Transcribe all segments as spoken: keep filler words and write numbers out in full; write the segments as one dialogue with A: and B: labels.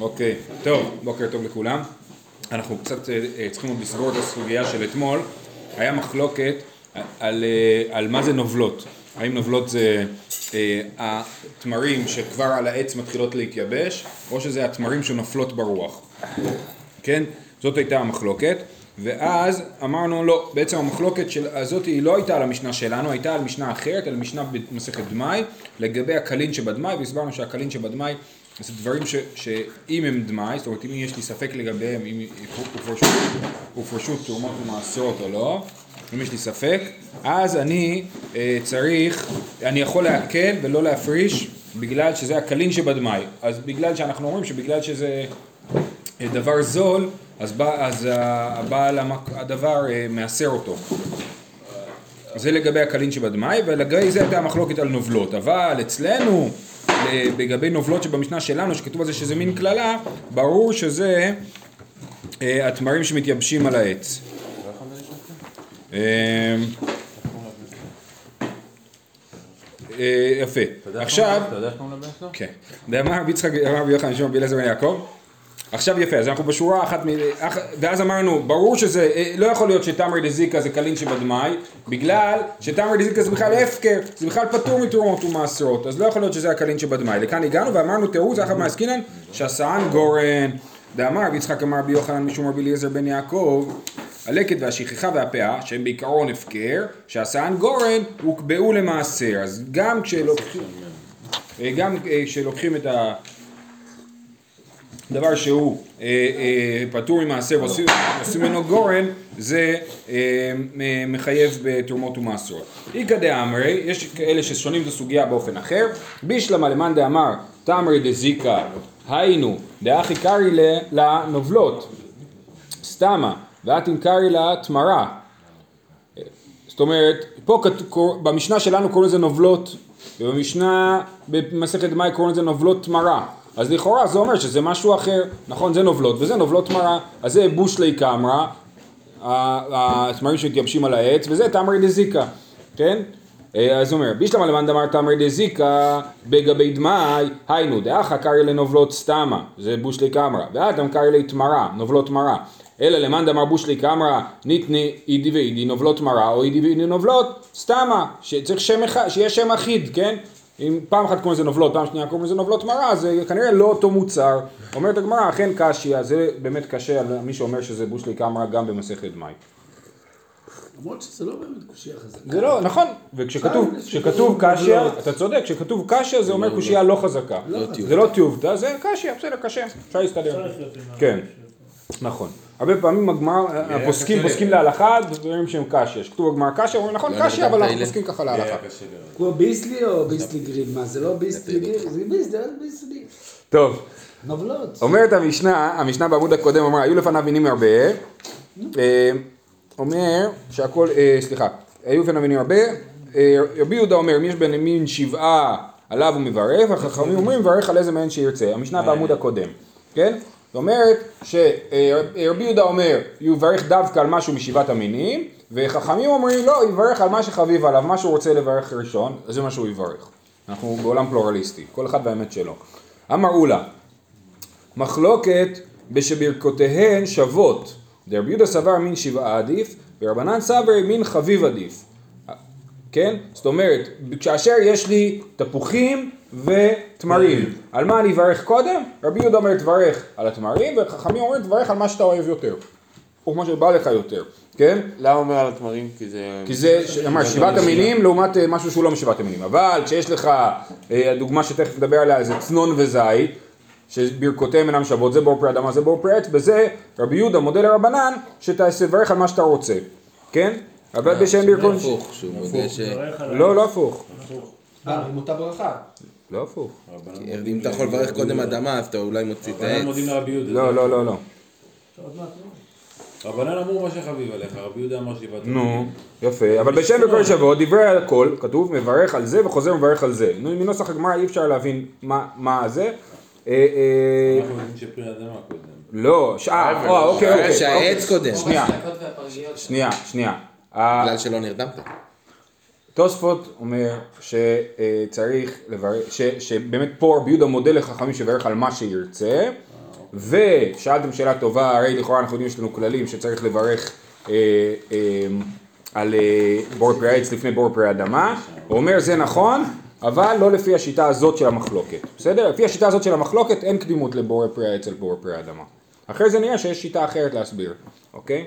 A: אוקיי, טוב, בוקר טוב לכולם. אנחנו קצת צריכים עוד לסגור את הסוגיה של אתמול. היה מחלוקת על, על מה זה נובלות. האם נובלות זה אה, התמרים שכבר על העץ מתחילות להתייבש, או שזה התמרים שנופלות ברוח. כן? זאת הייתה המחלוקת. ואז אמרנו לא, בעצם המחלוקת של, הזאת היא לא הייתה על המשנה שלנו, הייתה על משנה אחרת, על משנה במסכת דמאי, לגבי הקלין שבדמאי, והסברנו שהקלין שבדמאי זה דברים ש, שאם הם דמאי, זאת אומרת אם יש לי ספק לגביהם, אם הופרשו תרומות ומעשרות או לא, אם יש לי ספק, אז אני אה, צריך, אני יכול להקל ולא להפריש בגלל שזה הקלין שבדמאי. אז בגלל שאנחנו אומרים שבגלל שזה דבר זול, אז, בא, אז הבעל הדבר מאסר אותו. זה לגבי הקלין שבדמאי, ולגבי זה הייתה המחלוקת על נובלות. אבל אצלנו, לגבי נובלות שבמשנה שלנו, שכתוב על זה שזה מין כללה, ברור שזה התמרים שמתייבשים על העץ. יפה. עכשיו,
B: אתה יודע איך קוראים לבן שלו?
A: כן. דאמר רבי יצחק, אמר רבי יוחנן שמעון בן אליעזר בן יעקב. עכשיו יפה, אז אנחנו בשורה אחת, ואז אמרנו, ברור שזה, לא יכול להיות שתמרי דזיקה זה קלין שבדמאי, בגלל שתמרי דזיקה זה בכלל הפקר, זה בכלל פטור מתרומות ומעשרות, אז לא יכול להיות שזה הקלין שבדמאי. לכאן הגענו ואמרנו, תראו, זה אחד מהעסקינן, שהשען גורן, דאמר רבי יצחק אמר רבי יוחנן משום רבי אליעזר בן יעקב, הלקט והשכחה והפאה, שהם בעיקרון הפקר, שהשען גורן הוקבעו למעשר, אז גם כשלוקחים, גם כשלוקחים את ה... דבר שהוא אה, אה, פטור ממעשר ועושים ממנו גורן, זה אה, מחייב בתרומות ומעשרות. איקא דאמרי, יש כאלה ששונים את הסוגיה באופן אחר, בישלמה למאן דאמר תמרי דזיקה, היינו דאחי קרי לנובלות, סתמה, ואתין קרי לתמרה. זאת אומרת, פה במשנה שלנו קוראים לזה נובלות, ובמשנה במסכת דמאי קוראים לזה נובלות תמרה. אז לכאורה זה אומר שזה משהו אחר, נכון, זה נובלות וזה נובלות תמרה, אז זה בושלי קמרה, התמרים שמתייבשים על העץ, וזה תמרי דזיקה, כן? אז הוא אומר, בישלמה למאן דאמר תמרי דזיקה בגבי דמאי, היינו, דאחא קרי לנובלות סתמה, זה בושלי קמרה, ואתם קרי לתמרה, נובלות תמרה, אלא למאן דאמר בושלי קמרה, ניתני אידי ואידי נובלות תמרה, או אידי ואידי נובלות סתמה, שצריך שם אחד, שיהיה שם אחיד, כן? אם פעם אחת קוראים לזה נובלות, פעם שנייה קוראים לזה נובלות תמרה, זה כנראה לא אותו מוצר. אומרת הגמרא, אכן קשיא, זה באמת קשה על מי שאומר שזה בושלי קמרה גם במסכת דמאי.
C: למרות שזה לא באמת קשיא חזקה.
A: זה לא, נכון, וכשכתוב קשיא, אתה צודק, כשכתוב קשיא זה אומר קשיא לא חזקה. זה לא טיובטה, זה קשיא, בסדר, קשה, אפשר להסתדר. כן, נכון. הרבה פעמים הגמרא, הפוסקים פוסקים להלכה, דברים שהם קשיא. שכתוב הגמרא קשיא, אומרים נכון קשיא, אבל אנחנו פוסקים ככה להלכה.
C: כמו ביסלי או ביסלי גריל? מה, זה לא ביסלי גריל? זה ביסלי, זה ביסלי.
A: טוב.
C: נובלות.
A: אומרת המשנה, המשנה בעמוד הקודם אומר, היו לפניו מינים הרבה, אומר שהכל, סליחה, היו לפניו מינים הרבה, רבי יהודה אומר, מי יש בין מין שבעה עליו הוא מברך, החכמים אומרים, מברך על איזה מהן שירצה. המשנה בעמוד הקודם, כן? זאת אומרת שרבי יהודה אומר, יברך דווקא על משהו משבעת המינים, וחכמים אומרים, לא, יברך על מה שחביב עליו, מה שהוא רוצה לברך ראשון, זה מה שהוא יברך. אנחנו בעולם פלורליסטי, כל אחד באמת שלו. אמרו לה, מחלוקת בשברכותיהן שוות, דרבי יהודה סבר מין שבעה עדיף, ורבנן סבר מין חביב עדיף. כן? זאת אומרת, כאשר יש לי תפוחים ותמרים, על מה אני אברך קודם? רבי יהודה אומר תברך על התמרים, וחכמים אומרים תברך על מה שאתה אוהב יותר, או מה שבא לך יותר, כן?
B: למה אומר על התמרים? כי זה...
A: כי זה, אמר, שבעת המינים לעומת משהו שהוא לא משבעת המינים, אבל כשיש לך, הדוגמה שתכף נדבר עליה, זה צנון וזית, שברכותיהם אינם שוות, זה בור פרי אדמה, זה בור פרי עץ, בזה רבי יהודה מודה לרבנן שתברך על מה שאתה רוצה, כן? אבל בשם ברכות...
B: הפוך, שהוא מודה ש...
A: לא, לא הפוך.
C: אה, עם אותה ברכה.
A: לא הפוך.
B: אם אתה יכול לברך קודם אדמה, אז אתה אולי מוציא את העץ.
D: מודים לרבי יהודה.
A: לא, לא, לא, לא.
D: רבנן אמרו מה שחביב עליך, רבי יהודה אמר שבעת.
A: נו, יפה. אבל בשם ברכות שוות, דברי על הכל, כתוב מברך על זה וחוזר מברך על זה. נו, מנוסח הגמרא אי אפשר להבין מה זה.
D: אנחנו יודעים שפרי אדמה קודם.
A: לא, שעה, אוקיי, אוקיי.
B: שהעץ קודם.
A: שנייה, שנייה, שנייה.
B: בגלל שלא נרדמת.
A: תוספות אומר שצריך לברך, שבאמת פה רבי יהודה מודה לחכמים שברך על מה שירצה, ושאלתם שאלה טובה, הרי לכאורה אנחנו יודעים שיש לנו כללים שצריך לברך אה, אה, על אה, בור פרי העץ לפני בור פרי אדמה, הוא אומר זה נכון, אבל לא לפי השיטה הזאת של המחלוקת, בסדר? לפי השיטה הזאת של המחלוקת אין קדימות לבור פרי העץ על בור פרי אדמה. אחרי זה נראה שיש שיטה אחרת להסביר, אוקיי?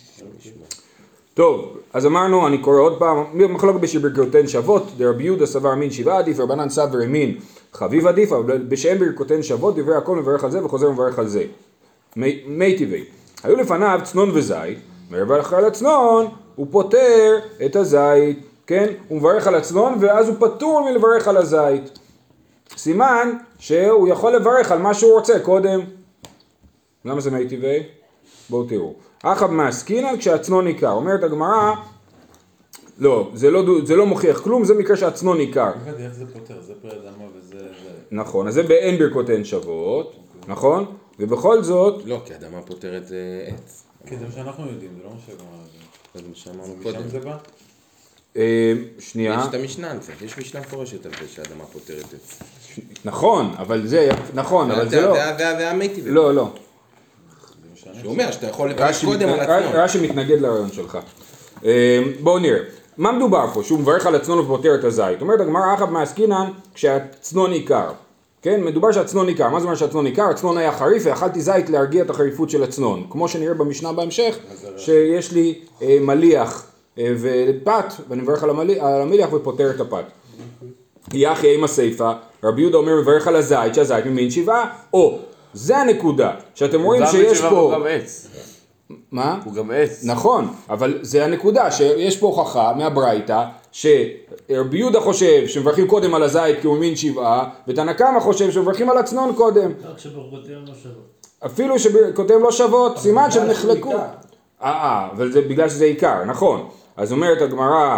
A: טוב, אז אמרנו, אני קורא עוד פעם, מחלוקת שברכותיהן שוות, דרבי יהודה סבר מין שבעה עדיף, רבנן סבר מין חביב עדיף, אבל בשאין ברכותיהן שוות, דברי הכל מברך על זה וחוזר מברך על זה. מי טבעי. היו לפניו צנון וזית, מברך על הצנון, הוא פותר את הזית, כן? הוא מברך על הצנון ואז הוא פטור מלברך על הזית. סימן שהוא יכול לברך על מה שהוא רוצה קודם. למה זה מי טבעי? בואו תראו. אחב מעסקינן כשהצנון ניכר. אומרת הגמרא, לא, זה לא, זה לא מוכיח כלום, זה מקרה שהצנון ניכר.
D: איך זה פותר? זה פרי אדמה וזה...
A: נכון, אז זה באין ברכותיהן שוות, נכון? ובכל זאת...
B: לא, כי אדמה פותרת עץ.
D: כי זה מה שאנחנו יודעים, זה לא מה שהגמרא
B: זה מה שאמרנו
D: זה.
B: קודם.
D: משם זה בא?
A: שנייה.
B: יש את המשנה על זה, יש משנה מפורשת על זה שאדמה פותרת עץ.
A: נכון, אבל זה, נכון, אבל זה לא...
B: זה המיתי.
A: לא, לא.
B: שהוא אומר שאתה יכול לברך קודם על הצנון.
A: רש"י מתנגד לרעיון שלך. בואו נראה. מה מדובר פה? שהוא מברך על הצנון ופותר את הזית. אומרת הגמרא אחב מעסקינן כשהצנון ניכר. כן, מדובר שהצנון ניכר. מה זאת אומרת שהצנון ניכר? הצנון היה חריף ואכלתי זית להרגיע את החריפות של הצנון. כמו שנראה במשנה בהמשך, שיש לי מליח ופת, ואני מברך על המליח ופותר את הפת. יחי עם הסיפה, רבי יהודה אומר מברך על הזית, שהזית ממין שבעה, או זה הנקודה, שאתם רואים שיש פה...
E: הוא גם עץ.
A: מה?
E: הוא גם עץ.
A: נכון, אבל זה הנקודה, שיש פה הוכחה מהברייתא, שרבי יהודה חושב שמברכים קודם על הזית כי הוא ממין שבעה, ותנא קמא חושב שמברכים על הצנון קודם.
F: רק שברכותיהם לא שוות.
A: אפילו שברכותיהם לא שוות, סימן שהם נחלקו. אה, אה, אבל זה בגלל שזה עיקר, נכון. אז אומרת הגמרא,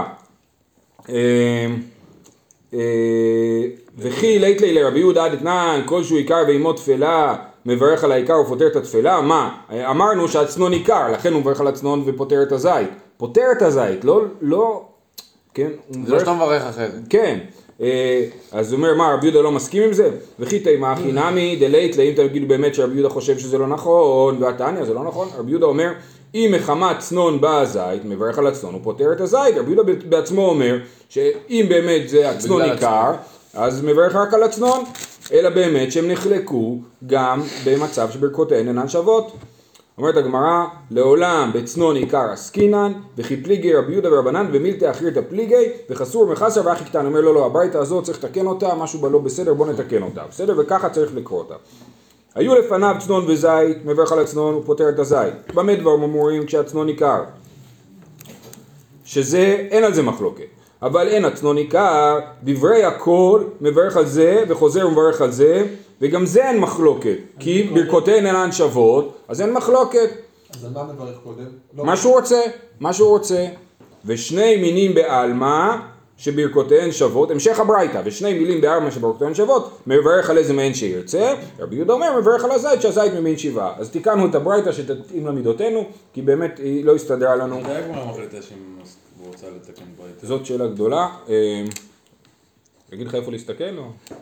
A: וכי לית לי לרבי יהודה דתנן, כל שהוא עיקר ואימו תפלה, מברך על העיקר ופותר את התפלה, מה? אמרנו שהצנון עיקר, לכן הוא מברך על הצנון ופותר את הזית. פותר את הזית, לא, לא, כן?
E: זה לא שאתה מברך אחרי זה.
A: כן. אז הוא אומר, מה, רבי יהודה לא מסכים עם זה? וכי תימא חינמי דלית, אם תגידו באמת שרבי יהודה חושב שזה לא נכון, והתניא זה לא נכון, רבי יהודה אומר, אם מחמת צנון בא הזית, מברך על הצנון, הוא פותר את הזית. רבי יהודה בעצמו אומר, שאם באמת זה הצנון עיקר, אז מברך רק על הצנון, אלא באמת שהם נחלקו גם במצב שברכותיהן אינן שוות. אומרת הגמרא, לעולם בצנון עיקר עסקינן, וכי פליגי רבי יהודה ורבנן במילתא אחרית הפליגי, וחסור מחסר ואחי קטן. אומר לא, לא, הברייתא הזאת צריך לתקן אותה, משהו בה לא בסדר, בוא נתקן אותה, בסדר? וככה צריך לקרוא אותה. היו לפניו צנון וזית, מברך על הצנון ופותר את הזית. במה דברים אמורים כשהצנון עיקר? שזה, אין על זה מחלוקת. אבל אין הצנון עיקר, דברי הכל מברך על זה וחוזר ומברך על זה, וגם זה אין מחלוקת, כי ברכותיהן אינן שוות, אז אין מחלוקת.
G: אז על מה מברך קודם?
A: מה שהוא רוצה, מה שהוא רוצה. ושני מינים בעלמא שברכותיהן שוות, המשך הברייתא, ושני מילים בעלמא שברכותיהן שוות, מברך על איזה מהן שירצה. רבי יהודה אומר מברך על הזית שהזית ממין שבעה. אז תיקנו את הברייתא שתתאים למידותינו, כי באמת היא לא הסתדרה לנו.
D: זה היה כבר מחליטה שהיא רוצה לתקן ברייתא.
A: זאת שאלה גדולה. אגיד לך איפה להסתכל או?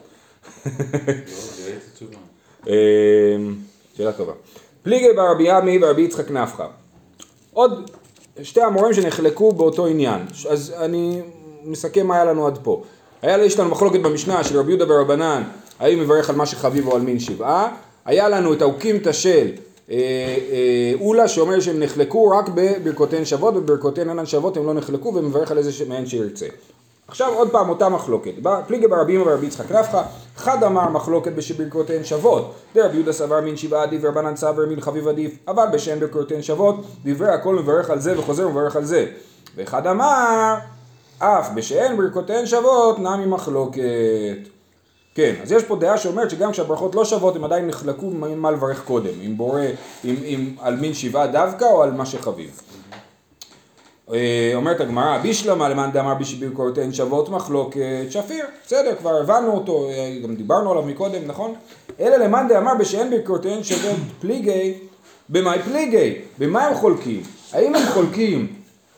A: שאלה טובה. פליגי ברבי עמי ורבי יצחק נפחא. עוד שתי המורים שנחלקו באותו עניין. אז אני מסכם מה היה לנו עד פה. היה יש לנו מחלוקת במשנה של רבי יהודה ורבנן, האם מברך על מה שחביב או על מין שבעה. היה לנו את האוקימתא של אולה שאומר שהם נחלקו רק בברכותיהן שוות, ובברכותיהן אינן שוות הם לא נחלקו, ומברך על איזה מהן שירצה. עכשיו עוד פעם אותה מחלוקת. פליגי ברבי עמי ורבי יצחק נפחא, אחד אמר מחלוקת שברכותיהן שוות, דרבי יהודה סבר מין שבעה עדיף ורבנן סבר מין חביב עדיף, אבל בשאין ברכותיהן שוות, דברי הכל מברך על זה וחוזר ומברך על זה. ואחד אמר, אף בשאין ברכותיהן שוות, נמי מחלוקת. כן, אז יש פה דעה שאומרת שגם כשהברכות לא שוות, הם עדיין נחלקו מה לברך קודם, אם בורא, אם, אם על מין שבעה דווקא או על מה שחביב. אומרת הגמרא, בישלמה למאן דאמר שברכותיהן שוות מחלוקת שפיר, בסדר, כבר הבנו אותו, גם דיברנו עליו מקודם, נכון? אלא למאן דאמר בשאין ברכותיהן שוות פליגי, במאי פליגי? במה הם חולקים? האם הם חולקים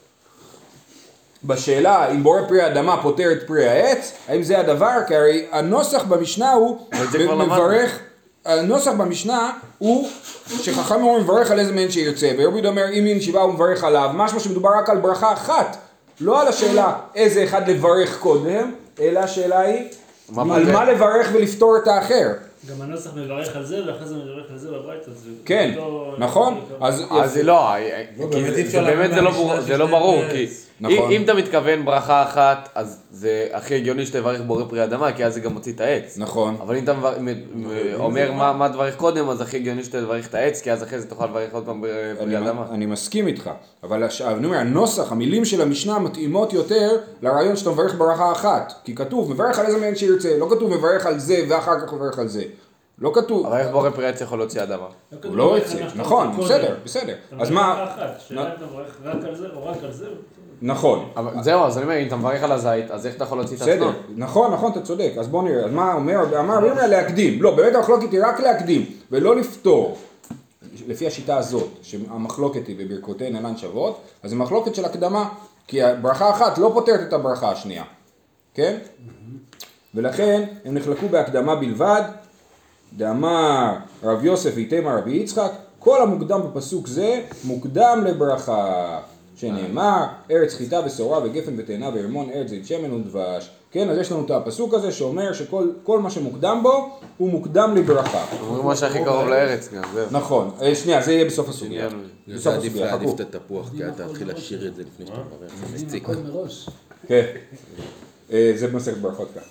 A: בשאלה אם בורא פרי האדמה פותר את פרי העץ? האם זה הדבר? כי הרי הנוסח במשנה הוא מברך, הנוסח במשנה הוא שחכם אומרים מברך על איזה מין שירצה, ורבי יהודה אומר אם מין שבעה הוא מברך עליו, משמע שמדובר רק על ברכה אחת, לא על השאלה איזה אחד לברך קודם, אלא השאלה היא על מה לברך ולפתור את האחר.
E: גם הנוסח מברך על זה, ואחרי זה מברך על זה בבית, אז...
A: כן, נכון.
F: אז זה לא, באמת זה לא ברור, כי אם אתה מתכוון ברכה אחת, אז זה הכי הגיוני שתברך בורא פרי אדמה, כי אז זה גם מוציא את העץ.
A: נכון.
F: אבל אם אתה אומר מה תברך קודם, אז הכי הגיוני שתברך את העץ, כי אז אחרי זה תוכל לברך עוד פעם פרי אדמה.
A: אני מסכים איתך, אבל אני אומר, הנוסח, המילים של המשנה מתאימות יותר לרעיון שאתה מברך ברכה אחת, כי כתוב מברך על איזה מין שירצה, לא כתוב מברך על זה ואחר כך מברך על זה. לא כתוב.
F: אבל איך בורא פרי עץ יכול להוציא אדמה?
A: הוא לא יוצא, נכון, בסדר, בסדר. אז מה?
E: שאלה אם אתה מברך רק על זה או רק על זה?
A: נכון.
F: זהו, אז אני אומר, אם אתה מברך על הזית, אז איך אתה יכול להוציא את עצמו?
A: בסדר, נכון, נכון, אתה צודק. אז בוא נראה, אז מה אומר, אמר, אמר להקדים. לא, באמת המחלוקת היא רק להקדים, ולא לפתור. לפי השיטה הזאת, שהמחלוקת היא בברכותיהן אינן שוות, אז זה מחלוקת של הקדמה, כי הברכה אחת לא פותרת את הברכה השנייה. כן? ולכן הם נחלקו בהקדמה בלבד. דאמר רב יוסף איתמר רבי יצחק, כל המוקדם בפסוק זה מוקדם לברכה, שנאמר ארץ חיטה ושעורה וגפן ותאנה ורמון ארץ זית שמן ודבש. כן, אז יש לנו את הפסוק הזה שאומר שכל כל מה שמוקדם בו הוא מוקדם לברכה.
F: אומרים מה שהכי קרוב לארץ גם, זהו.
A: נכון, שנייה, זה יהיה בסוף הסוגיה.
B: זה עדיף להעדיף את התפוח, כי אתה תתחיל לשיר את זה לפני שאתה מברך, זה מציק.
A: כן, זה במסכת ברכות ככה.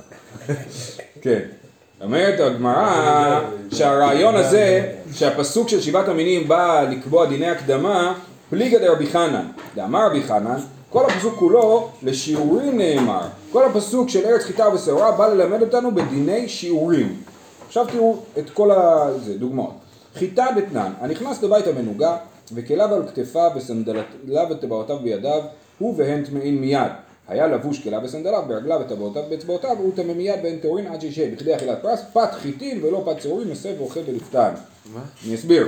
A: כן. אומרת הגמרא שהרעיון הזה שהפסוק של שבעת המינים בא לקבוע דיני הקדמה פליגא דרבי חנן. דאמר רבי חנן כל הפסוק כולו לשיעורים נאמר, כל הפסוק של ארץ חיטה ושעורה בא ללמד אותנו בדיני שיעורים. עכשיו תראו את כל הדוגמאות. חיטה דתנן, הנכנס לבית המנוגה וכליו על כתפיו וסנדליו וטבעותיו בידיו הוא והן טמאים מיד. היה לבוש כליו וסנדליו ברגליו וטבעותיו באצבעותיו והוא טמא מיד ואין טהורין עד שישהה בכדי אכילת פרס פת חיטין ולא פת שעורים מסב ואוכל ולפתן. מה? אני אסביר.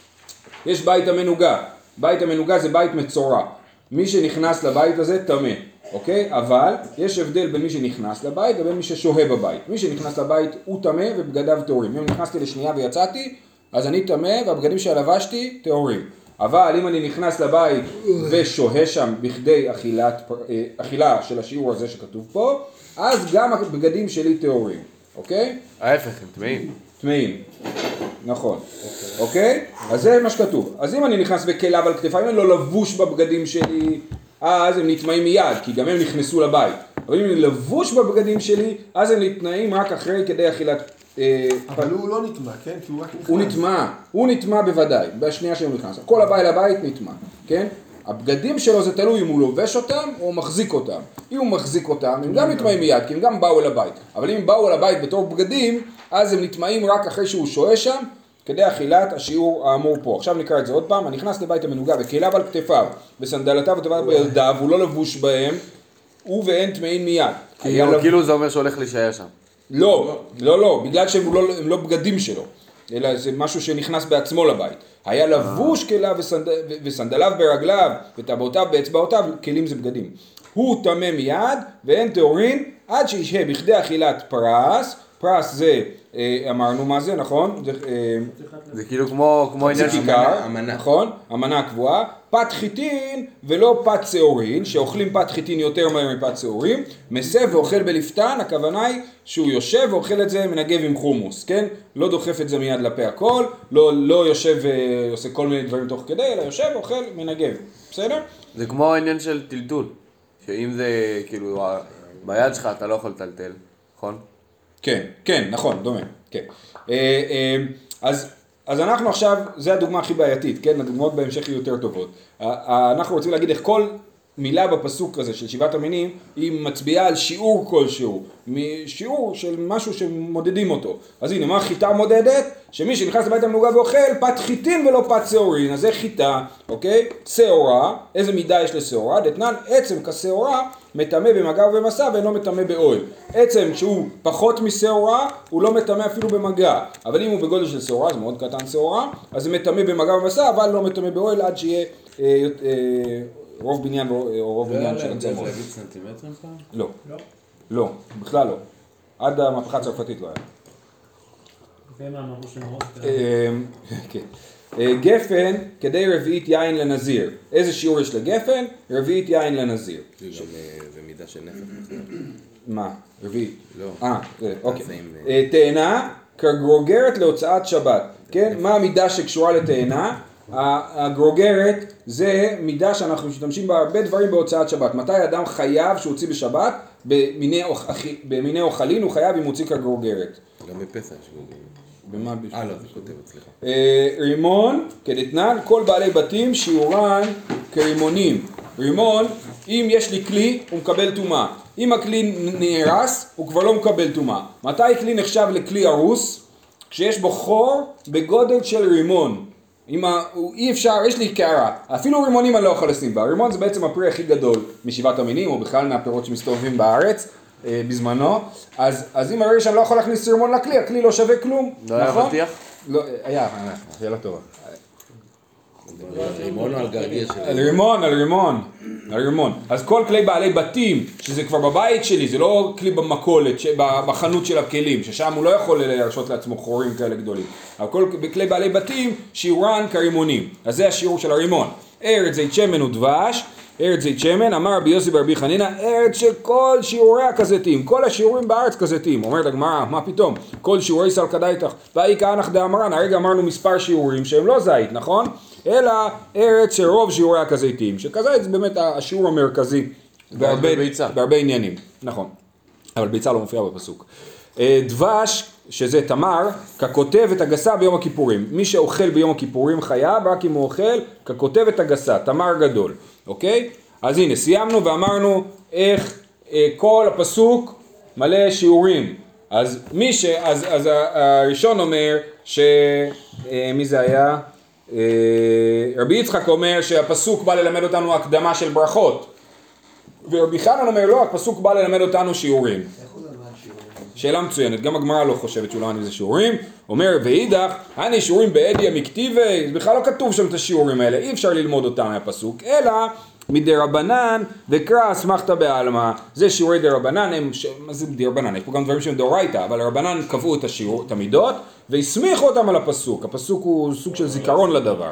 A: יש בית המנוגה, בית המנוגה זה בית מצורע, מי שנכנס לבית הזה טמא, אוקיי? אבל יש הבדל בין מי שנכנס לבית ובין מי ששוהה בבית. מי שנכנס לבית הוא טמא ובגדיו טהורים. אם נכנסתי לשנייה ויצאתי אז אני טמא והבגדים שלבשתי טהורים. אבל אם אני נכנס לבית ושוהה שם בכדי אכילת, אכילה של השיעור הזה שכתוב פה, אז גם הבגדים שלי טהורים, אוקיי?
F: ההפך, הם טמאים.
A: טמאים, נכון, אוקיי? אז זה מה שכתוב. אז אם אני נכנס בכליו על כתפיים, אני לא לבוש בבגדים שלי, אז הם נטמאים מיד, כי גם הם נכנסו לבית. אבל אם אני לבוש בבגדים שלי, אז הם נטמאים רק אחרי כדי אכילת...
G: אבל הוא לא נטמע, כן? כי הוא רק נכנס.
A: הוא נטמע, הוא נטמע בוודאי, בשנייה שהוא נכנס. כל הבית לבית נטמע, כן? הבגדים שלו זה תלוי אם הוא לובש אותם או מחזיק אותם. אם הוא מחזיק אותם, הם גם נטמעים מיד, כי הם גם באו אל הבית. אבל אם הם באו אל הבית בתור בגדים, אז הם נטמעים רק אחרי שהוא שוהה שם, כדי אכילת השיעור האמור פה. עכשיו נקרא את זה עוד פעם. הנכנס לבית המנוגה וכליו על כתפיו וסנדלתיו וטבעותיו בידיו, הוא לא לבוש בהם, הוא ואין טמאים מיד.
F: כאילו זה אומר שהולך להישאר שם.
A: לא, לא, לא, בגלל שהם לא, לא בגדים שלו, אלא זה משהו שנכנס בעצמו לבית. היה לבוש כליו וסנד... וסנדליו ברגליו וטבעותיו באצבעותיו, כלים זה בגדים. הוא טמא מיד ואין טהורין עד שישהה בכדי אכילת פרס. פרס זה, אמרנו מה זה, נכון? זה,
F: זה כאילו כמו, כמו עניין
A: של אמנה, נכון? אמנה קבועה. פת חיטין ולא פת שעורין, שאוכלים פת חיטין יותר מהר מפת שעורים. מסב ואוכל בלפתן, הכוונה היא שהוא יושב ואוכל את זה מנגב עם חומוס, כן? לא דוחף את זה מיד לפה הכל, לא, לא יושב ועושה כל מיני דברים תוך כדי, אלא יושב ואוכל מנגב, בסדר?
F: זה כמו העניין של טלטול, שאם זה כאילו ביד שלך אתה לא יכול לטלטל, נכון?
A: כן, כן, נכון, דומה, כן. אז, אז אנחנו עכשיו, זה הדוגמה הכי בעייתית, כן? הדוגמאות בהמשך יהיו יותר טובות. אנחנו רוצים להגיד איך כל מילה בפסוק הזה של שבעת המינים, היא מצביעה על שיעור כלשהו, שיעור של משהו שמודדים אותו. אז הנה, מה חיטה מודדת? שמי שנכנס לבית המנוגה ואוכל, פת חיטין ולא פת שעורין, אז זה חיטה, אוקיי? שעורה, איזה מידה יש לשעורה? דתנן, עצם כשעורה, מטמא במגע ובמסע ואינו מטמא באוהל. עצם שהוא פחות משעורה, הוא לא מטמא אפילו במגע. אבל אם הוא בגודל של שעורה, זה מאוד קטן שעורה, אז זה מטמא במגע ובמסע, אבל לא מטמא באוהל עד שיהיה אה, אה, רוב בניין או רוב בניין של עצמות.
D: לא היה להגיד סנטימטרים פעם?
A: לא. לא. לא, בכלל לא. עד המהפכה הצרפתית לא היה.
E: מה אמרו שנורות?
A: כן. גפן כדי רביעית יין לנזיר. איזה שיעור יש לגפן? רביעית יין לנזיר.
B: זה גם זה מידה של נפח.
A: מה? רביעית?
B: לא.
A: אה, אוקיי. תאנה כגרוגרת להוצאת שבת. כן? מה המידה שקשורה לתאנה? הגרוגרת זה מידה שאנחנו משתמשים בה הרבה דברים בהוצאת שבת. מתי אדם חייב שהוא הוציא בשבת? במיני אוכלין הוא חייב אם הוציא כגרוגרת.
B: גם בפסח.
A: במה בשביל?
B: אה לא, זה כותב אצלך.
A: רימון כדתנן, כל בעלי בתים שיעורן כרימונים. רימון, אם יש לי כלי הוא מקבל טומאה. אם הכלי נהרס הוא כבר לא מקבל טומאה. מתי כלי נחשב לכלי הרוס? כשיש בו חור בגודל של רימון. אם ה... אי אפשר, יש לי קערה, אפילו רימונים אני לא יכול לשים בה. רימון זה בעצם הפרי הכי גדול משבעת המינים או בכלל מהפירות שמסתובבים בארץ. בזמנו, אז, אז אם הרי שאני לא יכול להכניס רימון לכלי, הכלי לא שווה כלום,
F: לא נכון? היה בטיח?
A: לא, היה, שאלה טובה.
B: רימון או על גרגיר שלו?
A: על רימון, על רימון, על רימון. אז כל כלי בעלי בתים, שזה כבר בבית שלי, זה לא כלי במכולת, בחנות של הכלים, ששם הוא לא יכול להרשות לעצמו חורים כאלה גדולים. אבל כל כלי בעלי בתים, שיעורן כרימונים. אז זה השיעור של הרימון. ארץ זית שמן ודבש, ארץ זית שמן, אמר רבי יוסי ברבי חנינא, ארץ שכל שיעורי הכזיתים, כל השיעורים בארץ כזיתים. אומרת הגמרא, מה פתאום? כל שיעורי סלקא דייתך, ואי כהנך דאמרן, הרגע אמרנו מספר שיעורים שהם לא זית, נכון? אלא ארץ שרוב שיעורי הכזיתים, שכזית זה באמת השיעור המרכזי בהרבה, בהרבה עניינים, נכון. אבל ביצה לא מופיעה בפסוק. דבש, שזה תמר, ככותבת הגסה ביום הכיפורים. מי שאוכל ביום הכיפורים חייב, רק אם הוא אוכל ככותבת הגסה, תמר גדול. אוקיי? אז הנה, סיימנו ואמרנו איך אה, כל הפסוק מלא שיעורים. אז מי ש... אז, אז הראשון אומר ש... אה, מי זה היה? אה, רבי יצחק אומר שהפסוק בא ללמד אותנו הקדמה של ברכות. ורבי חנן אומר לא, הפסוק בא ללמד אותנו שיעורים. שאלה מצוינת, גם הגמרא לא חושבת שהוא למד איזה שיעורים. אומר ואידך, אני שיעורים בעדיה מכתיבי, בכלל לא כתוב שם את השיעורים האלה, אי אפשר ללמוד אותם מהפסוק, אלא מדי רבנן וקרא אסמכתא בעלמא. זה שיעורי די רבנן, הם, ש... מה זה די רבנן? יש פה גם דברים שהם דאורייתא, אבל רבנן קבעו את השיעור, את המידות, והסמיכו אותם על הפסוק. הפסוק הוא סוג של זיכרון לדבר.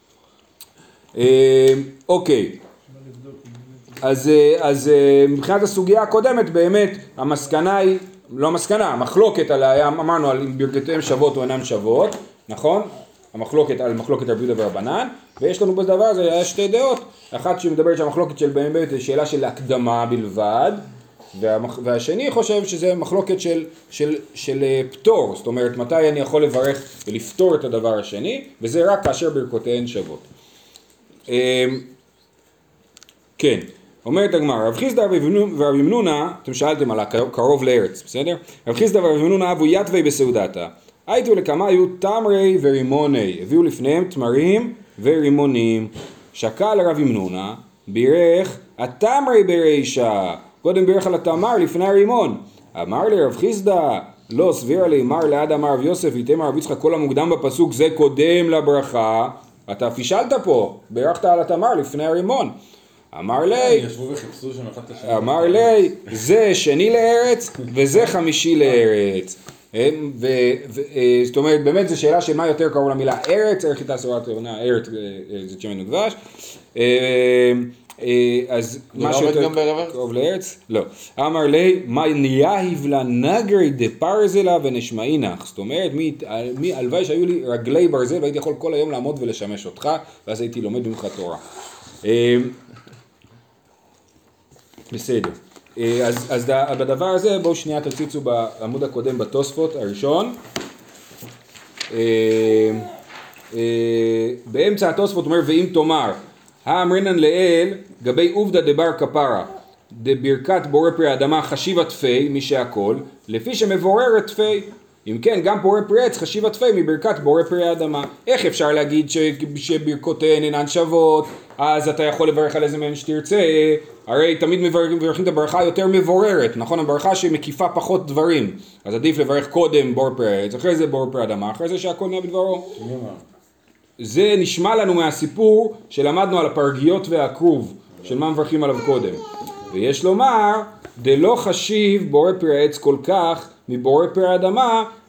A: אוקיי. אז, אז מבחינת הסוגיה הקודמת, באמת, המסקנה היא, לא המסקנה, המחלוקת על, אמרנו על אם ברכותיהם שוות או אינן שוות, נכון? המחלוקת על מחלוקת רבי יהודה ורבנן, ויש לנו בדבר הזה היה שתי דעות, אחת שמדברת שהמחלוקת של באמת היא שאלה של הקדמה בלבד, והמח... והשני חושב שזה מחלוקת של, של, של פטור, זאת אומרת מתי אני יכול לברך ולפתור את הדבר השני, וזה רק כאשר ברכותיהן שוות. כן. אומרת הגמרא, רב חיסדא ורבי מנונה, אתם שאלתם על הקרוב לארץ, בסדר? רב חיסדא ורבי מנונה אבו יתווי בסעודתה. הייתו לכמה היו תמרי ורימוני, הביאו לפניהם תמרים ורימונים. שקל לרבי מנונה, בירך התמרי ברישה, קודם בירך על התמר לפני הרימון. אמר לי רב חיסדא, לא סביר לי, אמר ליד אמר רב יוסף, ויתמר רב יצחק, כל המוקדם בפסוק זה קודם לברכה. אתה פישלת פה, בירכת על התמר לפני הרימון. אמר לי,
D: ישבו וחיפשו שם אחד את השני.
A: אמר לי, זה שני לארץ וזה חמישי לארץ. זאת אומרת, באמת זו שאלה של מה יותר קרוב למילה ארץ, ערך איתה סורת רעונה, ארץ זה שמן ודבש. אז מה שיותר קרוב לארץ? לא. אמר לי, מה ניהיב לה נגרי דפרזלה ונשמעינך. זאת אומרת, הלוואי שהיו לי רגלי ברזל והייתי יכול כל היום לעמוד ולשמש אותך, ואז הייתי לומד ממך תורה. בסדר. אז, אז בדבר הזה בואו שנייה תציצו בעמוד הקודם בתוספות הראשון. באמצע התוספות אומר ואם תאמר האמרינן לאל גבי עובדא דבר כפרה דברכת בורא פרי האדמה חשיב התפי מי שהכל לפי שמבורר את תפי. אם כן, גם בורא פרי עץ חשיב התפי מברכת בורא פרי האדמה. איך אפשר להגיד ש... שברכותיהן אינן שוות, אז אתה יכול לברך על איזה מהן שתרצה, הרי תמיד מברכים את הברכה יותר מבוררת, נכון? הברכה שמקיפה פחות דברים, אז עדיף לברך קודם בורא פרי עץ, אחרי זה בורא פרי האדמה, אחרי זה שהכל נהיה בדברו. זה נשמע לנו מהסיפור שלמדנו על הפרגיות והכרוב, של מה מברכים עליו קודם. ויש לומר, דלא חשיב בורא פרי עץ כל כך, מבורא פרי האדמה,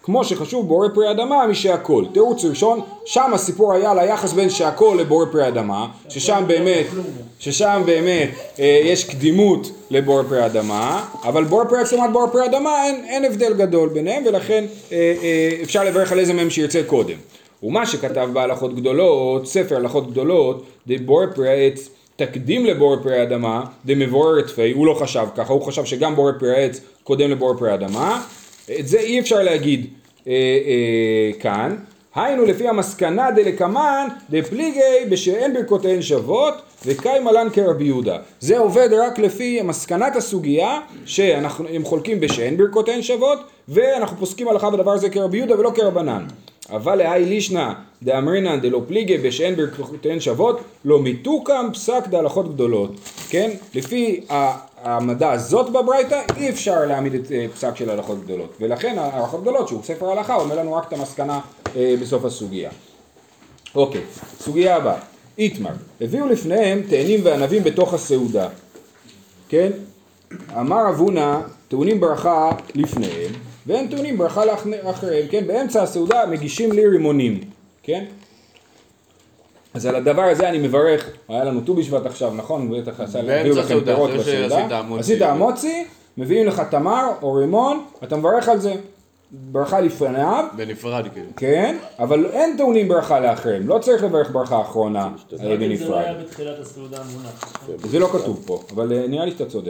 A: כמו שחשוב בורא פרי אדמה משהכל. תירוץ ראשון, שם הסיפור היה על היחס בין שהכל לבורא פרי אדמה, ששם באמת, ששם באמת אה, יש קדימות לבורא פרי אדמה, אבל בורא פרי עצמת בורא פרי אדמה אין, אין הבדל גדול ביניהם, ולכן אה, אה, אפשר לברך על איזה מהם שירצה קודם. ומה שכתב בהלכות גדולות, ספר הלכות גדולות, בורא פרי העץ תקדים לבורא פרי האדמה, דמבורר רדפי, הוא לא חשב ככה, הוא חשב שגם בורא פרי העץ קודם לבורא פרי האדמה, את זה אי אפשר להגיד אה, אה, כאן, היינו לפי המסקנה דלקמן, דפליגי בשאין ברכותיהן שוות, וקיים עלן כרבי יהודה. זה עובד רק לפי מסקנת הסוגיה, שהם חולקים בשאין ברכותיהן שוות, ואנחנו פוסקים הלכה בדבר הזה כרבי יהודה ולא כרבנן. אבל להי לישנא דאמרינן דלא פליגי בשאין ברכותיהן שוות, לא מיתוקם פסק דהלכות גדולות. כן? לפי העמדה הזאת בברייתא, אי אפשר להעמיד את פסק של הלכות גדולות. ולכן ההלכות גדולות, שהוא ספר הלכה, אומר לנו רק את המסקנה אה, בסוף הסוגיה. אוקיי, סוגיה הבאה. איתמר, הביאו לפניהם תאנים וענבים בתוך הסעודה. כן? אמר אבונה, טעונים ברכה לפניהם, והם טעונים ברכה לאחריהם. כן? באמצע הסעודה מגישים לי רימונים. כן? אז על הדבר הזה אני מברך, היה לנו ט"ו בשבט עכשיו, נכון? בטח עשה להביאו לכם פירות בסעודה. עשית המוצי, מביאים לך תמר או רימון, אתה מברך על זה. ברכה לפניו.
F: בנפרד כאילו.
A: כן, אבל אין טעונים ברכה לאחריהם, לא צריך לברך ברכה אחרונה בנפרד.
E: זה לא היה בתחילת הסעודה המונח.
A: זה לא כתוב פה, אבל נראה לי שאתה צודק.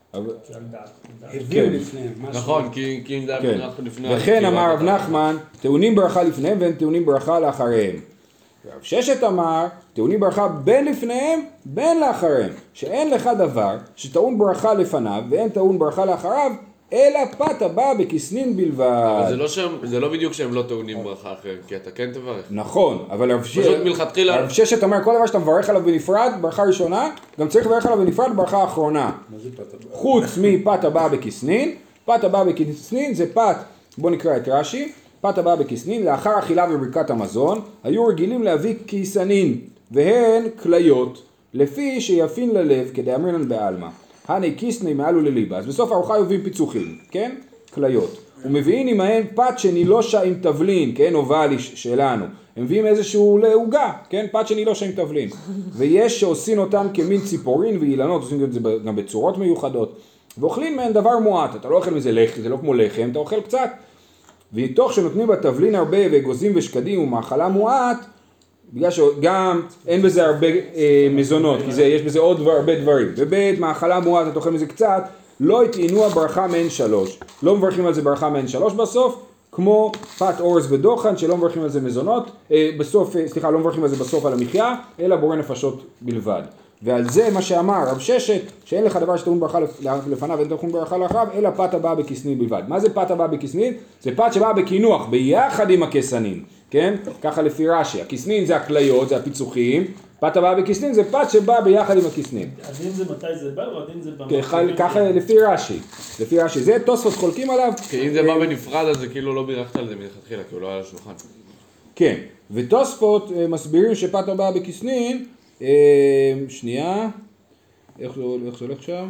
C: הביאו לפניהם.
F: נכון, כי אם זה היה מונח לפניהם.
A: וכן אמר רב נחמן, טעונים ברכה לפניהם ואין טעונים ברכה לאחריהם. רב ששת אמר, טעונים ברכה בין לפניהם, בין לאחריהם, שאין לך דבר שטעון ברכה לפניו ואין טעון ברכה לאחריו, אלא פת הבא בכסנין בלבד.
F: אבל זה לא, שהם, זה לא בדיוק שהם לא טעונים ברכה אחריהם, כי אתה כן תברך.
A: נכון, אבל רב
F: פשוט מלכתחילה...
A: רב ששת אומר, כל דבר שאתה מברך עליו בנפרד, ברכה ראשונה, גם צריך לברך עליו בנפרד, ברכה אחרונה. חוץ מפת הבא בכסנין, פת הבא בכסנין זה פת, בוא נקרא את רש"י, פת הבא בכסנין, לאחר אכילה וברכת המזון, היו רגילים להביא כיסנין, והן כליות, לפי שיפין ללב, כדאמרינן בעלמא. הני כיסני מעלו לליבה, אז בסוף הארוחה יובים פיצוחים, כן? כליות. ומביאים עמהם פת שנילושה עם תבלין, כן? אובלי שלנו. הם מביאים איזשהו לעוגה, כן? פת שנילושה עם תבלין. ויש שעושים אותם כמין ציפורין ואילנות, עושים את זה גם בצורות מיוחדות. ואוכלים מהן דבר מועט, אתה לא אוכל מזה לחם, זה לא כמו לחם, אתה אוכל קצת. ותוך שנותנים בתבלין הרבה ואגוזים ושקדים ומאכלה מועט, בגלל שגם אין בזה הרבה אה, מזונות, כי זה, יש בזה עוד דבר, הרבה דברים. ובית מאכלה מועט, אתה אוכל מזה קצת, לא התעינו הברכה מעין שלוש. לא מברכים על זה ברכה מעין שלוש בסוף, כמו פת אורז ודוחן, שלא מברכים על זה מזונות, אה, בסוף, אה, סליחה, לא מברכים על זה בסוף על המחיה, אלא בורא נפשות בלבד. ועל זה מה שאמר רב ששת, שאין לך דבר שטעון ברכה לפניו ואין טעון ברכה לאחריו, אלא פת הבאה בכסנין בלבד. מה זה פת הבאה בכסנין? זה פת שבאה בקינוח, ביחד עם הכסנין. כן? ככה לפי רש"י. הכסנין זה הכליות, זה הפיצוחים. פת הבאה בכסנין זה פת שבאה ביחד עם הכסנין.
E: הדין זה מתי זה בא, או הדין זה במחשבים?
A: ככה לפי רש"י. לפי רש"י. זה תוספות חולקים עליו.
F: כי אם זה בא בנפרד, אז זה כאילו לא בירכת על זה מלכתחילה, כי הוא לא היה על השולחן.
A: כן. ותוספות מסבירים שפת הבאה בכסנין, שנייה. איך זה הולך שם?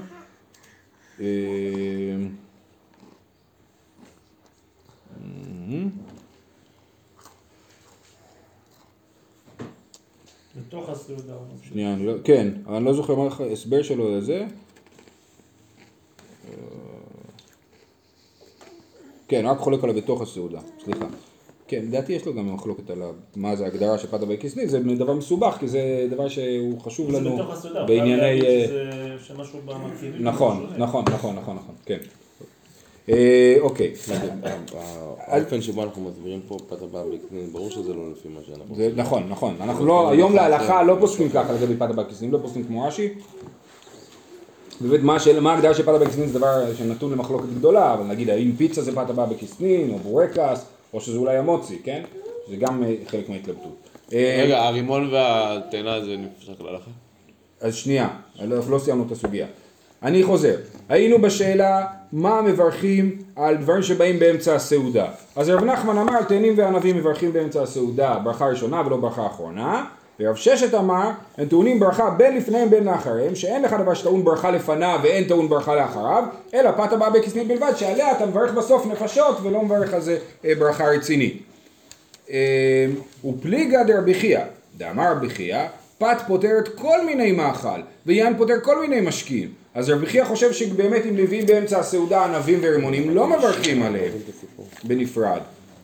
E: בתוך הסעודה.
A: שנייה, אני לא, כן, אבל אני לא זוכר מה ההסבר שלו לזה. כן, רק חולק עליו בתוך הסעודה, סליחה. כן, לדעתי יש לו גם מחלוקת על מה זה ההגדרה של פת הבאה בכסנין, זה דבר מסובך, כי זה דבר שהוא חשוב לנו בענייני...
E: זה שמשהו במרכיבים.
A: נכון, נכון, נכון, נכון, נכון, כן. אוקיי.
B: האופן שבו אנחנו מסבירים פה פת הבאה בכסנין, ברור שזה לא לפי מה שאנחנו...
A: נכון, נכון. אנחנו לא, היום להלכה לא פוסקים ככה לגבי פת הבאה בכסנין, לא פוסקים כמו רש"י. באמת, מה ההגדרה של פת הבאה בכסנין זה דבר שנתון למחלוקת גדולה, אבל נגיד האם פיצה זה פת הבאה בכסנין, או בורקס, או שזה אולי המוצי, כן? זה גם חלק מההתלבטות.
F: רגע, הרימון והתאנה זה נפסק להלכה?
A: אז שנייה, לא סיימנו את הסוגיה. אני חוזר, היינו בשאלה מה מברכים על דברים שבאים באמצע הסעודה. אז רב נחמן אמר, תאנים וענבים מברכים באמצע הסעודה, ברכה ראשונה ולא ברכה אחרונה, ורב ששת אמר, הם טעונים ברכה בין לפניהם בין לאחריהם, שאין לך דבר שטעון ברכה לפניו ואין טעון ברכה לאחריו, אלא פת הבאה בכסלית בלבד, שעליה אתה מברך בסוף נפשות ולא מברך על זה ברכה רצינית. ופליגה דרבי חייא, דאמר רבי חייא, פת פותרת כל מיני מאכל, ויין פותר כל מיני משקים. אז רבי חייא חושב שבאמת אם מביאים באמצע הסעודה ענבים ורימונים, לא מברכים עליהם בנפרד.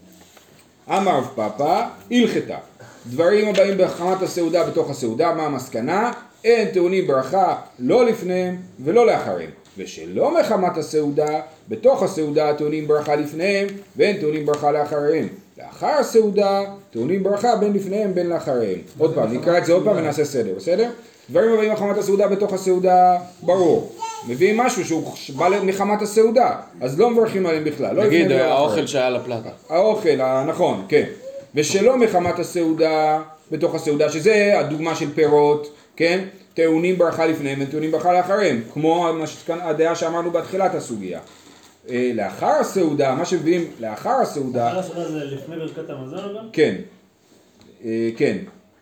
A: אמר רב פאפא, הלכתה. דברים הבאים בחמת הסעודה בתוך הסעודה, מה המסקנה? אין טעונים ברכה לא לפניהם ולא לאחריהם. ושלא מחמת הסעודה, בתוך הסעודה טעונים ברכה לפניהם ואין טעונים ברכה לאחריהם. לאחר הסעודה טעונים ברכה בין לפניהם בין לאחריהם. עוד פעם, נקרא את זה עוד פעם ונעשה סדר, בסדר? דברים הבאים מחמת הסעודה בתוך הסעודה, ברור. מביאים משהו שהוא בא מחמת הסעודה, אז לא מברכים עליהם בכלל.
F: נגיד, האוכל שהיה לפלטה.
A: האוכל, נכון, כן. ושלא מחמת הסעודה בתוך הסעודה, שזה הדוגמה של פירות, כן? טעונים ברכה לפניהם וטעונים ברכה לאחריהם, כמו הדעה שאמרנו בתחילת הסוגיה. לאחר הסעודה, מה שמביאים לאחר הסעודה...
E: לאחר הסעודה זה לפני ברכת המזון גם?
A: כן, כן.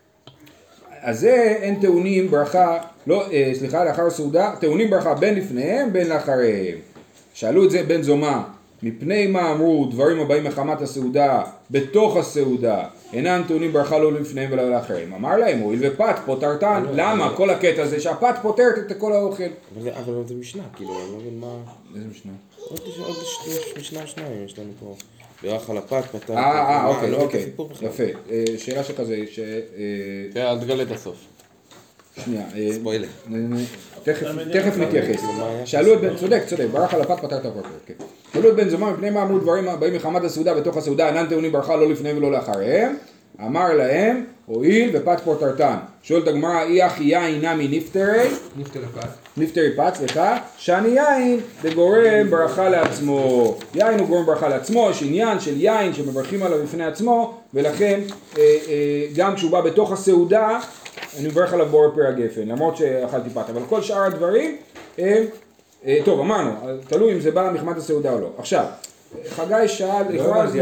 A: אז זה אין טעונים ברכה, לא, סליחה, לאחר הסעודה, טעונים ברכה בין לפניהם בין לאחריהם. שאלו את זה בן זומא, מפני מה אמרו דברים הבאים מחמת הסעודה בתוך הסעודה, אינם טעונים ברכה לא לפניהם ולא לאחריהם. אמר להם, הואיל ופת פותרתן, למה כל הקטע הזה שהפת פותרת את כל האוכל?
B: אבל זה משנה, כאילו, אני לא מבין מה...
A: איזה משנה?
B: עוד משנה או שניים יש לנו פה. בירך על הפת, פתר...
A: אה, אה, אוקיי, אוקיי, יפה. שאלה שכזה, ש...
F: תראה, אל תגלה את הסוף.
A: שנייה.
B: ספוילר.
A: תכף נתייחס. שאלו את בן, צודק, צודק, ברכה על הפת פתר את הפרק, כן. שאלו את בן זומא, מפני מה אמרו דברים הבאים מחמת הסעודה בתוך הסעודה, אינם טעונים ברכה לא לפניהם ולא לאחריהם. אמר להם, הואיל ופת פותרתן. שואלת הגמרא, אי אחי יין נמי נפטרי?
C: נפטרי פת.
A: נפטרי פת, סליחה. שאני יין וגורם ברכה לעצמו. יין הוא גורם ברכה לעצמו, יש עניין של יין שמברכים עליו בפני עצמו, ולכן גם כשהוא בא בתוך הסעודה, אני מברך עליו בורא פרי הגפן, למרות שאכלתי פת, אבל כל שאר הדברים הם, טוב, אמרנו, תלוי אם זה בא מחמת הסעודה או לא. עכשיו, חגי שאל,
D: לא הבנתי,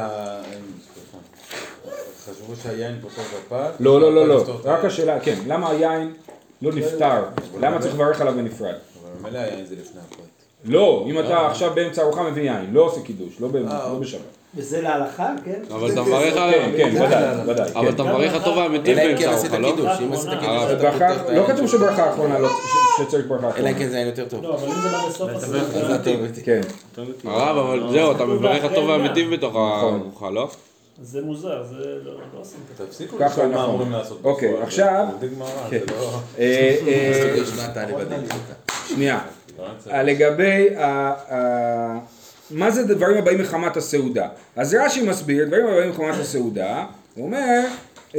D: חשבו שהיין פותר בפת?
A: לא, לא, לא, לא, רק השאלה, כן, למה היין לא נפטר? למה צריך לברך עליו בנפרד?
D: אבל ממילא היין זה לפני הפת.
A: לא, אם אתה עכשיו באמצע ארוחה מביא יין, לא עושה קידוש, לא בשבת.
C: וזה להלכה, כן?
F: אבל אתה מברך עליו,
A: כן, ודאי, ודאי.
F: אבל אתה מברך הטוב והאמיתי באמצע הארוחה, לא?
B: אם עשית קידוש,
A: לא כתוב שברכה האחרונה, שצריך ברכה האחרונה.
B: אלא כן זה היה יותר טוב.
E: לא, אבל אם זה בא בסוף הסעודה.
B: אז זה טוב.
A: כן.
F: הרב, אבל זהו, אתה מברך הטוב והאמיתי בתוך הארוחה, לא?
E: זה מוזר, זה לא עושים ככה.
D: תפסיקו
A: ככה
D: לשאול מה
A: נכון.
D: אמורים לעשות.
A: אוקיי,
D: בפועל.
A: עכשיו...
D: זה גמרא, זה לא...
A: אה, אה, שנייה, אה, לגבי ה- ה- מה זה דברים הבאים מחמת הסעודה? אז רש"י מסביר, דברים הבאים מחמת הסעודה, הוא אומר, אה,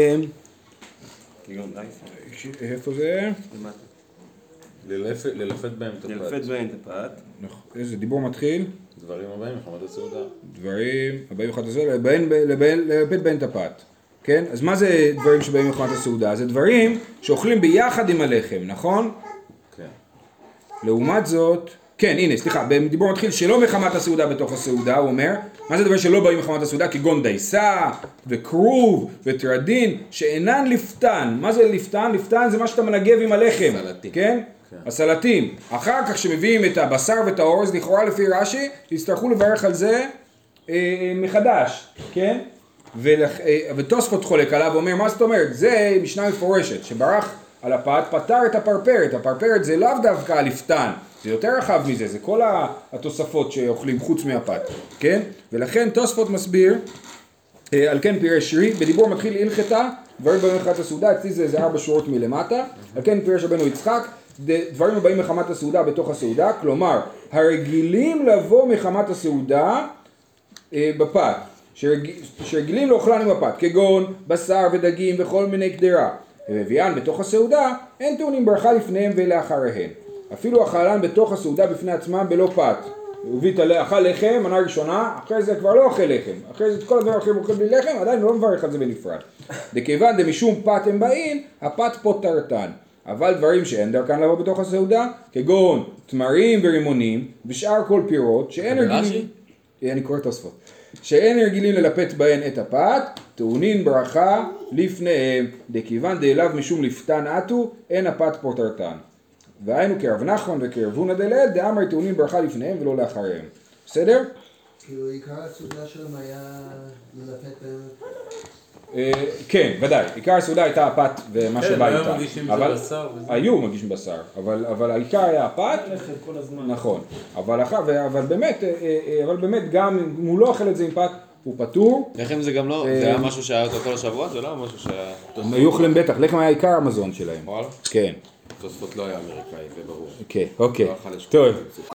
A: איפה זה?
D: ללפת ללפת בהם את הפת.
H: ללפת בהם את הפת.
A: איזה דיבור מתחיל?
D: דברים הבאים מחמת הסעודה.
A: דברים הבאים מחמת הסעודה, לבין- לבין- ללפת בהם את הפת. כן? אז מה זה דברים שבאים מחמת הסעודה? זה דברים שאוכלים ביחד עם הלחם, נכון?
D: כן.
A: לעומת זאת, כן, הנה, סליחה, בדיבור מתחיל שלא מחמת הסעודה בתוך הסעודה, הוא אומר, מה זה דברים שלא באים מחמת הסעודה? כגון דייסה, וכרוב, וטרדין, שאינן לפתן. מה זה לפתן? לפתן זה מה שאתה מנגב עם הלחם.
B: סלטים.
A: כן? הסלטים. אחר כך שמביאים את הבשר ואת האורז, לכאורה לפי רש"י, יצטרכו לברך על זה אה, מחדש, כן? ולכ... אה, ותוספות חולק עליו ואומר, מה זאת אומרת? זה משנה מפורשת, שברח על הפת, פתר את הפרפרת. הפרפרת זה לאו דווקא הלפתן. זה יותר רחב מזה, זה כל התוספות שאוכלים חוץ מהפת, כן? ולכן תוספות מסביר, על כן פירש רי, בדיבור מתחיל הלכתה, דברים באים מחמת הסעודה, אצלי זה איזה ארבע שורות מלמטה, על כן פירש רבנו יצחק, דברים הבאים מחמת הסעודה בתוך הסעודה, כלומר, הרגילים לבוא מחמת הסעודה אה, בפת, שרג... שרגילים לאוכלן עם הפת, כגון בשר ודגים וכל מיני קדרה, ומביאן בתוך הסעודה, אין טעונים ברכה לפניהם ולאחריהם. אפילו אכלן בתוך הסעודה בפני עצמם בלא פת. הוא הביא את אכל לחם, מנה ראשונה, אחרי זה כבר לא אוכל לחם. אחרי זה את כל הדברים אחרים אוכל בלי לחם, עדיין לא מברך על זה בנפרד. דכיוון דמשום פת הם באים, הפת פותרתן. אבל דברים שאין דרכן לבוא בתוך הסעודה, כגון תמרים ורימונים, ושאר כל פירות, שאין רגילים... אני קורא תוספות. שאין רגילים ללפת בהן את הפת, טעונין ברכה לפניהם, דכיוון דאליו משום לפתן עטו, אין הפת פוטרתן. והיינו כרב נחמן וכרבונה דלל, דאמרי טעונין ברכה לפניהם ולא לאחריהם. בסדר?
G: כאילו עיקר הסעודה שלהם היה ללפת בהם...
A: כן, ודאי. עיקר הסעודה הייתה הפת ומה שבא איתה.
H: היו מגישים את זה בשר וזה.
A: היו מגישים בשר, אבל העיקר היה הפת.
E: כל הזמן.
A: נכון. אבל באמת גם אם הוא לא אוכל את זה עם פת, הוא פטור.
F: לחם זה גם לא, זה היה משהו שהיה אותו כל השבוע? זה לא היה משהו שהיה...
A: הם היו אוכלים בטח, לחם היה עיקר המזון שלהם.
F: וואלה?
A: כן.
B: תוספות לא היה אמריקאי, זה ברור.
A: כן, אוקיי.
B: לא אכל לשקול.
A: טוב.